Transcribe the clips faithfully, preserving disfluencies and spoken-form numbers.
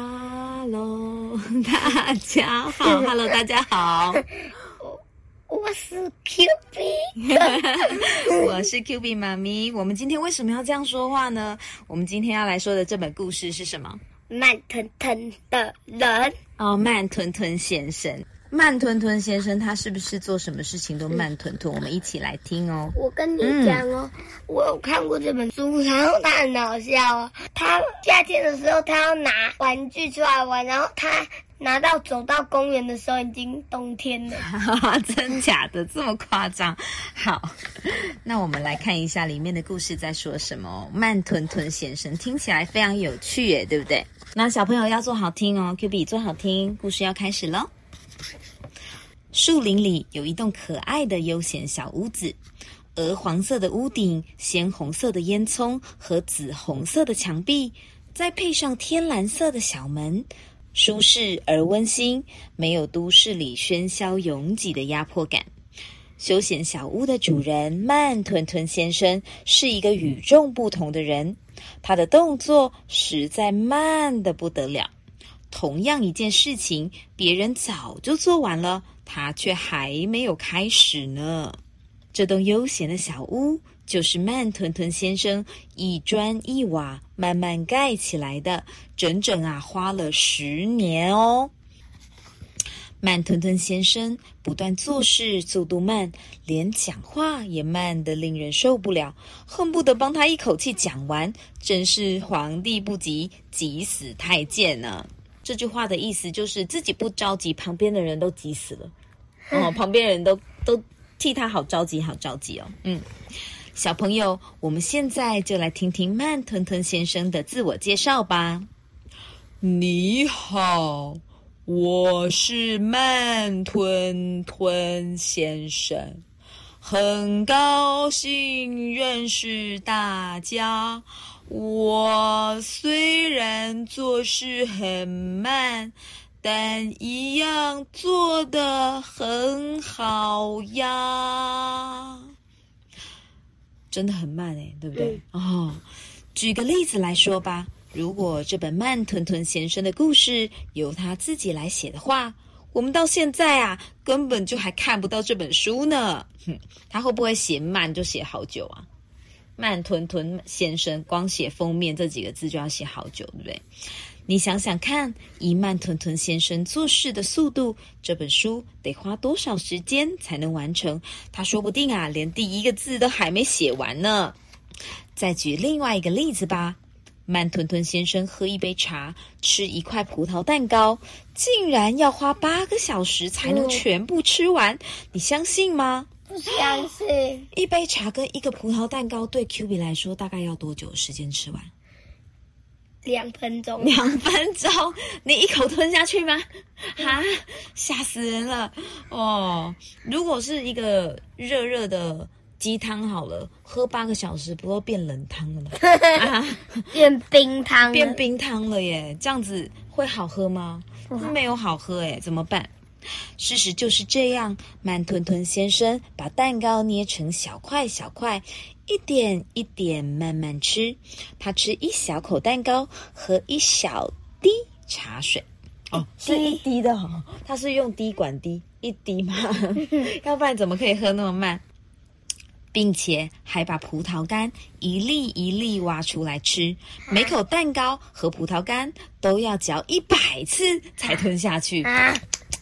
Hello， 大家好。Hello， 大家好。 我是 Q B， 我是 Q B 妈咪。我们今天为什么要这样说话呢？我们今天要来说的这本故事是什么？ 慢吞吞的人哦，慢吞吞先生。慢吞吞先生他是不是做什么事情都慢吞吞？我们一起来听哦。 我跟你讲哦、嗯，我有看过这本书，然后他很好笑哦。他夏天的时候，他要拿玩具出来玩，然后他拿到走到公园的时候，已经冬天了。 真假的这么夸张？好，那我们来看一下里面的故事在说什么。慢吞吞先生听起来非常有趣耶，对不对？那小朋友要做好听哦 ，Q B 做好听，故事要开始咯。树林里有一栋可爱的悠闲小屋子，鹅黄色的屋顶，鲜红色的烟囱和紫红色的墙壁，再配上天蓝色的小门，舒适而温馨，没有都市里喧嚣拥挤的压迫感。休闲小屋的主人慢吞吞先生是一个与众不同的人，他的动作实在慢得不得了。同样一件事情，别人早就做完了，他却还没有开始呢。这栋悠闲的小屋就是慢吞吞先生一砖一瓦慢慢盖起来的，整整啊花了十年哦。慢吞吞先生不但做事速度慢，连讲话也慢得令人受不了，恨不得帮他一口气讲完，真是皇帝不急急死太监呢。这句话的意思就是自己不着急，旁边的人都急死了哦，旁边人都都替他好着急好着急哦。嗯，小朋友，我们现在就来听听慢吞吞先生的自我介绍吧。你好，我是慢吞吞先生，很高兴认识大家。我虽然做事很慢，但一样做得很好呀。真的很慢诶，对不对？嗯、哦，举个例子来说吧，如果这本慢吞吞先生的故事由他自己来写的话，我们到现在啊，根本就还看不到这本书呢。哼，他会不会写慢就写好久啊？慢吞吞先生光写封面这几个字就要写好久，对不对？你想想看，以慢吞吞先生做事的速度，这本书得花多少时间才能完成？他说不定啊，连第一个字都还没写完呢。再举另外一个例子吧，慢吞吞先生喝一杯茶，吃一块葡萄蛋糕，竟然要花八个小时才能全部吃完，嗯、你相信吗？ 不相信。 一杯茶跟一个葡萄蛋糕对 Q B 来说大概要多久时间吃完？ 两分钟。 两分钟？你一口吞下去吗？哈，吓死人了哦！如果是一个热热的鸡汤好了，喝八个小时不都变冷汤了吗？啊、 变冰汤了， 变冰汤了耶！这样子会好喝吗？没有好喝耶，怎么办？事实就是这样，慢吞吞先生把蛋糕捏成小块小块，一点一点慢慢吃。他吃一小口蛋糕，喝一小滴茶水。哦，是一滴的哦，他是用滴管滴一滴吗？要不然怎么可以喝那么慢？并且还把葡萄干一粒一粒挖出来吃，每口蛋糕和葡萄干都要嚼一百次才吞下去。啊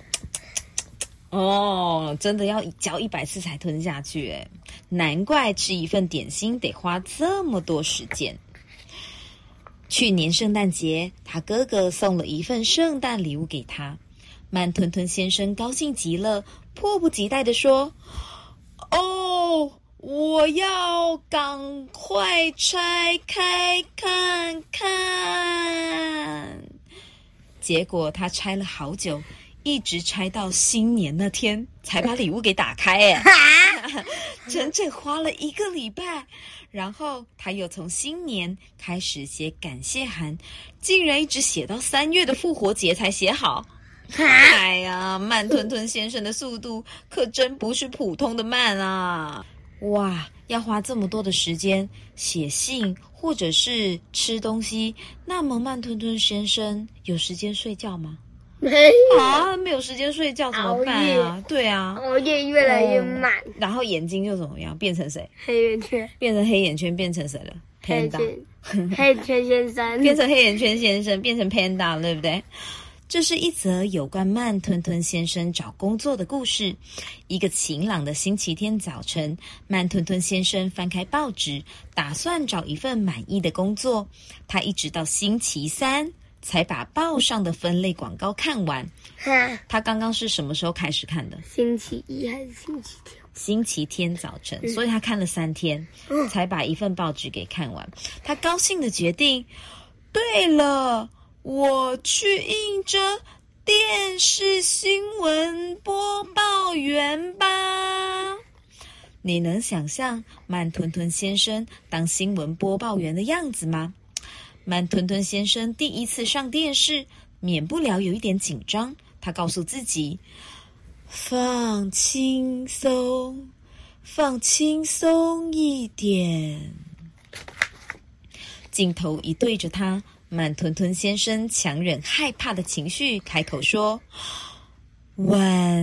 哦，真的要嚼一百次才吞下去诶，难怪吃一份点心得花这么多时间。去年圣诞节，他哥哥送了一份圣诞礼物给他，慢吞吞先生高兴极了，迫不及待地说：“哦，我要赶快拆开看看。”结果他拆了好久，一直拆到新年那天才把礼物给打开耶，整整花了一个礼拜。然后他又从新年开始写感谢函，竟然一直写到三月的复活节才写好。哎呀，慢吞吞先生的速度可真不是普通的慢啊！哇， 要花这么多的时间写信或者是吃东西，那么慢吞吞先生有时间睡觉吗？ 没有啊，没有时间睡觉怎么办啊？对啊， 熬夜越来越慢、 哦，然后眼睛又怎么样？变成谁？ 黑眼圈， 变成黑眼圈，变成谁了？ Panda， 黑眼圈先生， 变成黑眼圈先生，变成 Panda， 对不对？这是一则有关慢吞吞先生找工作的故事。一个晴朗的星期天早晨，慢吞吞先生翻开报纸，打算找一份满意的工作。他一直到星期三才把报上的分类广告看完。他刚刚是什么时候开始看的？ 星期一还是星期天？ 星期天早晨，所以他看了三天，嗯、才把一份报纸给看完。他高兴地决定，对了，我去应征电视新闻播报员吧。你能想象慢吞吞先生当新闻播报员的样子吗？慢吞吞先生第一次上电视，免不了有一点紧张。他告诉自己，放轻松，放轻松一点。镜头一对着他，慢吞吞先生强忍害怕的情绪，开口说：晚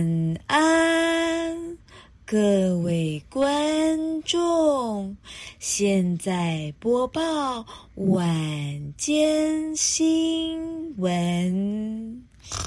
安，各位观众，现在播报晚间新闻。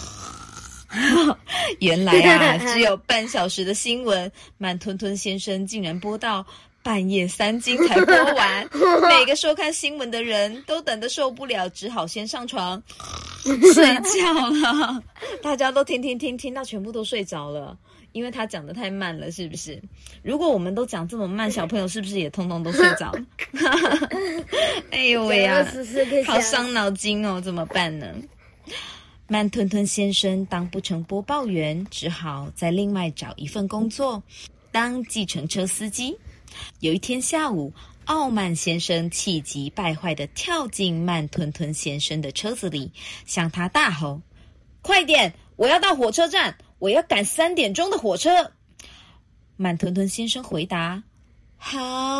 原来啊，只有半小时的新闻，慢吞吞先生竟然播到半夜三更才播完。每个收看新闻的人都等得受不了，只好先上床睡觉了。大家都听听听听到全部都睡着了，因为他讲得太慢了，是不是？如果我们都讲这么慢，小朋友是不是也通通都睡着了？哎呦喂呀，好伤脑筋哦，怎么办呢？慢吞吞先生当不成播报员，只好再另外找一份工作，当计程车司机。有一天下午，傲慢先生气急败坏地跳进慢吞吞先生的车子里，向他大吼：快点，我要到火车站，我要赶三点钟的火车。慢吞吞先生回答：好。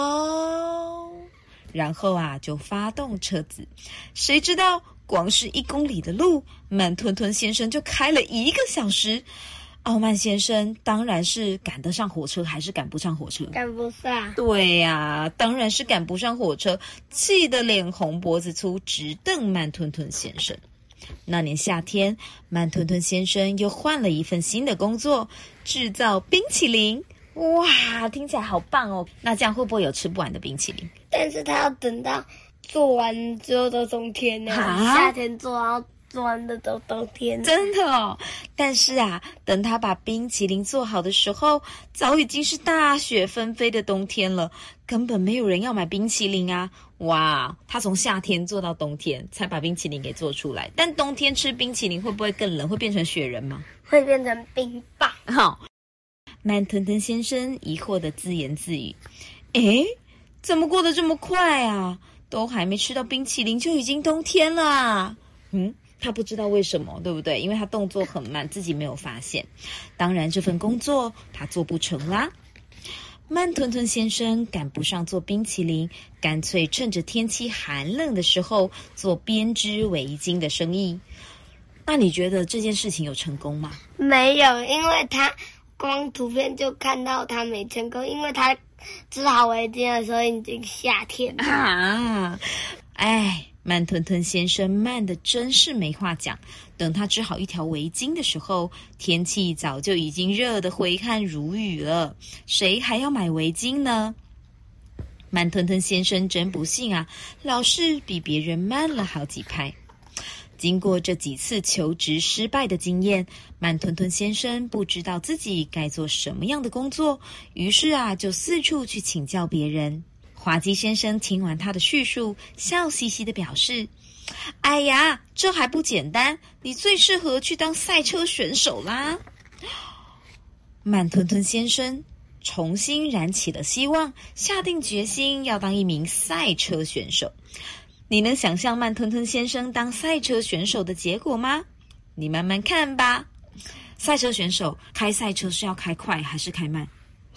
然后啊，就发动车子。谁知道光是一公里的路，慢吞吞先生就开了一个小时。傲慢先生当然是赶得上火车，还是赶不上火车？ 赶不上。 对呀、啊，当然是赶不上火车，气得脸红脖子粗，直瞪慢吞吞先生。那年夏天，慢吞吞先生又换了一份新的工作，制造冰淇淋。哇，听起来好棒哦！那这样会不会有吃不完的冰淇淋？ 但是他要等到做完之后的冬天呢，夏天做，然后做完的都冬天。 真的哦！但是啊，等他把冰淇淋做好的时候，早已经是大雪纷飞的冬天了，根本没有人要买冰淇淋啊！哇，他从夏天做到冬天，才把冰淇淋给做出来。但冬天吃冰淇淋会不会更冷？会变成雪人吗？ 会变成冰棒。 好。慢吞吞先生疑惑地自言自语：诶，怎么过得这么快啊？都还没吃到冰淇淋就已经冬天了啊！嗯，他不知道为什么，对不对？因为他动作很慢，自己没有发现。当然这份工作他做不成啦。慢吞吞先生赶不上做冰淇淋，干脆趁着天气寒冷的时候做编织围巾的生意。那你觉得这件事情有成功吗？ 没有，因为他光图片就看到他没成功，因为他织好围巾的时候已经夏天了啊！哎，慢吞吞先生慢得真是没话讲。等他织好一条围巾的时候，天气早就已经热得挥汗如雨了，谁还要买围巾呢？慢吞吞先生真不幸啊，老是比别人慢了好几拍。经过这几次求职失败的经验，慢吞吞先生不知道自己该做什么样的工作，于是啊，就四处去请教别人。滑稽先生听完他的叙述，笑嘻嘻地表示：哎呀，这还不简单，你最适合去当赛车选手啦。慢吞吞先生重新燃起了希望，下定决心要当一名赛车选手。你能想象慢吞吞先生当赛车选手的结果吗？你慢慢看吧。赛车选手开赛车是要开快还是开慢？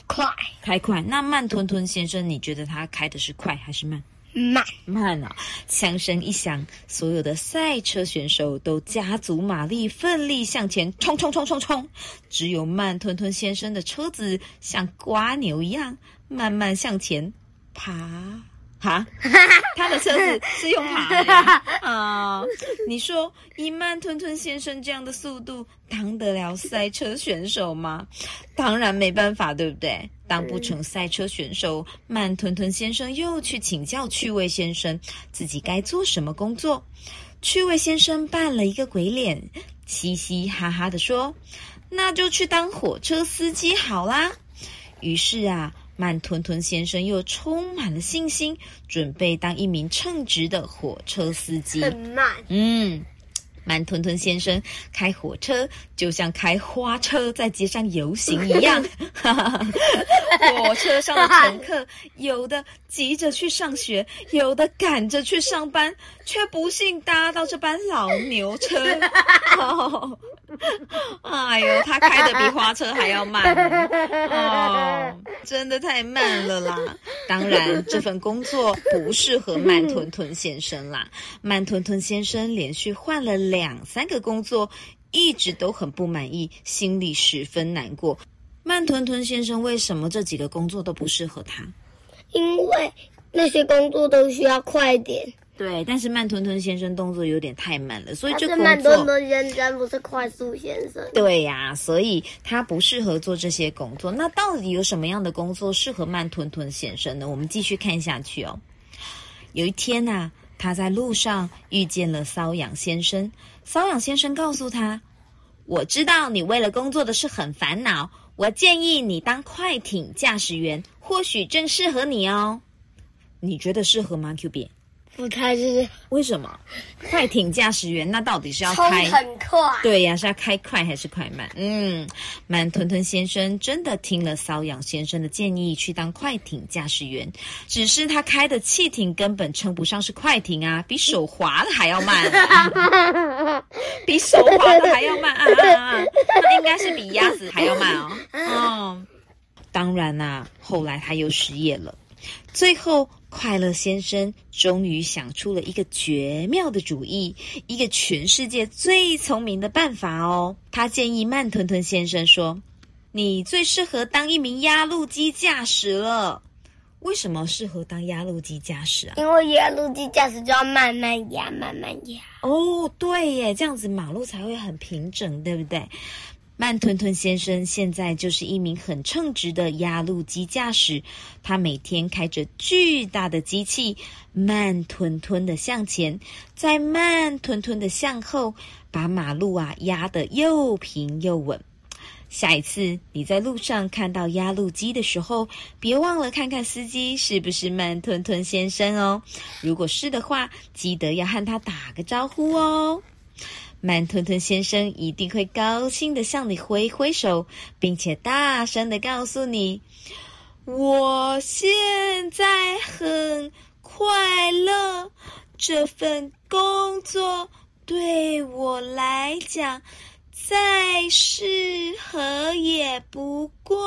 快， 开快。那慢吞吞先生，你觉得他开的是快还是慢？ 慢慢啊！枪声一响，所有的赛车选手都加足马力，奋力向前冲冲冲冲冲。只有慢吞吞先生的车子像瓜牛一样慢慢向前爬。哈，他的车子是用爬的呀啊！你说以慢吞吞先生这样的速度，当得了赛车选手吗？当然没办法，对不对？当不成赛车选手，慢吞吞先生又去请教趣味先生，自己该做什么工作。趣味先生扮了一个鬼脸，嘻嘻哈哈地说：“那就去当火车司机好啦。”于是啊，慢吞吞先生又充满了信心，准备当一名称职的火车司机。 很慢， 嗯，慢吞吞先生开火车就像开花车在街上游行一样。火车上的乘客有的急着去上学，有的赶着去上班，却不幸搭到这班老牛车。哦，哎呦，他开的比花车还要慢哦，真的太慢了啦！当然，这份工作不适合慢吞吞先生啦。慢吞吞先生连续换了两三个工作，一直都很不满意，心里十分难过。慢吞吞先生为什么这几个工作都不适合他？ 因为那些工作都需要快点。 对，但是慢吞吞先生动作有点太慢了，所以这他工作是慢吞吞先生，不是快速先生。 对呀、啊，所以他不适合做这些工作。那到底有什么样的工作适合慢吞吞先生呢？我们继续看下去哦。有一天啊，他在路上遇见了瘙痒先生。瘙痒先生告诉他：“我知道你为了工作的事很烦恼，我建议你当快艇驾驶员，或许正适合你哦。”你觉得适合吗 ，Q B？ 不太是为什么？快艇驾驶员那到底是要冲开很快？ 对呀、啊，是要开快还是快慢？嗯，慢吞吞先生真的听了瘙痒先生的建议，去当快艇驾驶员。只是他开的汽艇根本称不上是快艇啊，比手划的还要慢、啊，比手划的还要慢啊啊啊！那应该是比鸭子还要慢哦。哦，当然啦、啊，后来他又失业了。最后，快乐先生终于想出了一个绝妙的主意，一个全世界最聪明的办法哦。他建议慢吞吞先生说：“你最适合当一名压路机驾驶了。”为什么适合当压路机驾驶啊？ 因为压路机驾驶就要慢慢压，慢慢压。 哦，对耶，这样子马路才会很平整，对不对？慢吞吞先生现在就是一名很称职的压路机驾驶，他每天开着巨大的机器，慢吞吞的向前，再慢吞吞的向后，把马路啊压得又平又稳。下一次你在路上看到压路机的时候，别忘了看看司机是不是慢吞吞先生哦。如果是的话，记得要和他打个招呼哦。慢吞吞先生一定会高兴地向你挥挥手，并且大声地告诉你：“我现在很快乐，这份工作对我来讲再适合也不过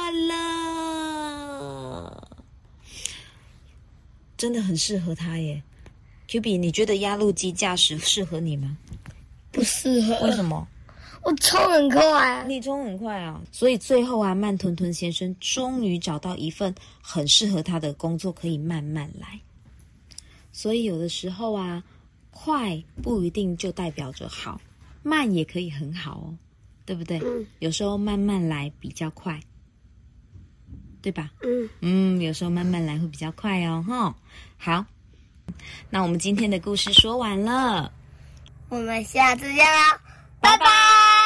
了。”真的很适合他耶。Q B， 你觉得压路机驾驶适合你吗？ 不适合。 为什么？ 我冲很快啊！ 你冲很快啊！所以最后啊，慢吞吞先生终于找到一份很适合他的工作，可以慢慢来。所以有的时候啊，快不一定就代表着好，慢也可以很好哦，对不对？ 嗯。 有时候慢慢来比较快，对吧？ 嗯嗯，有时候慢慢来会比较快哦，哈。好，那我们今天的故事说完了。 我们下次见啦，拜拜。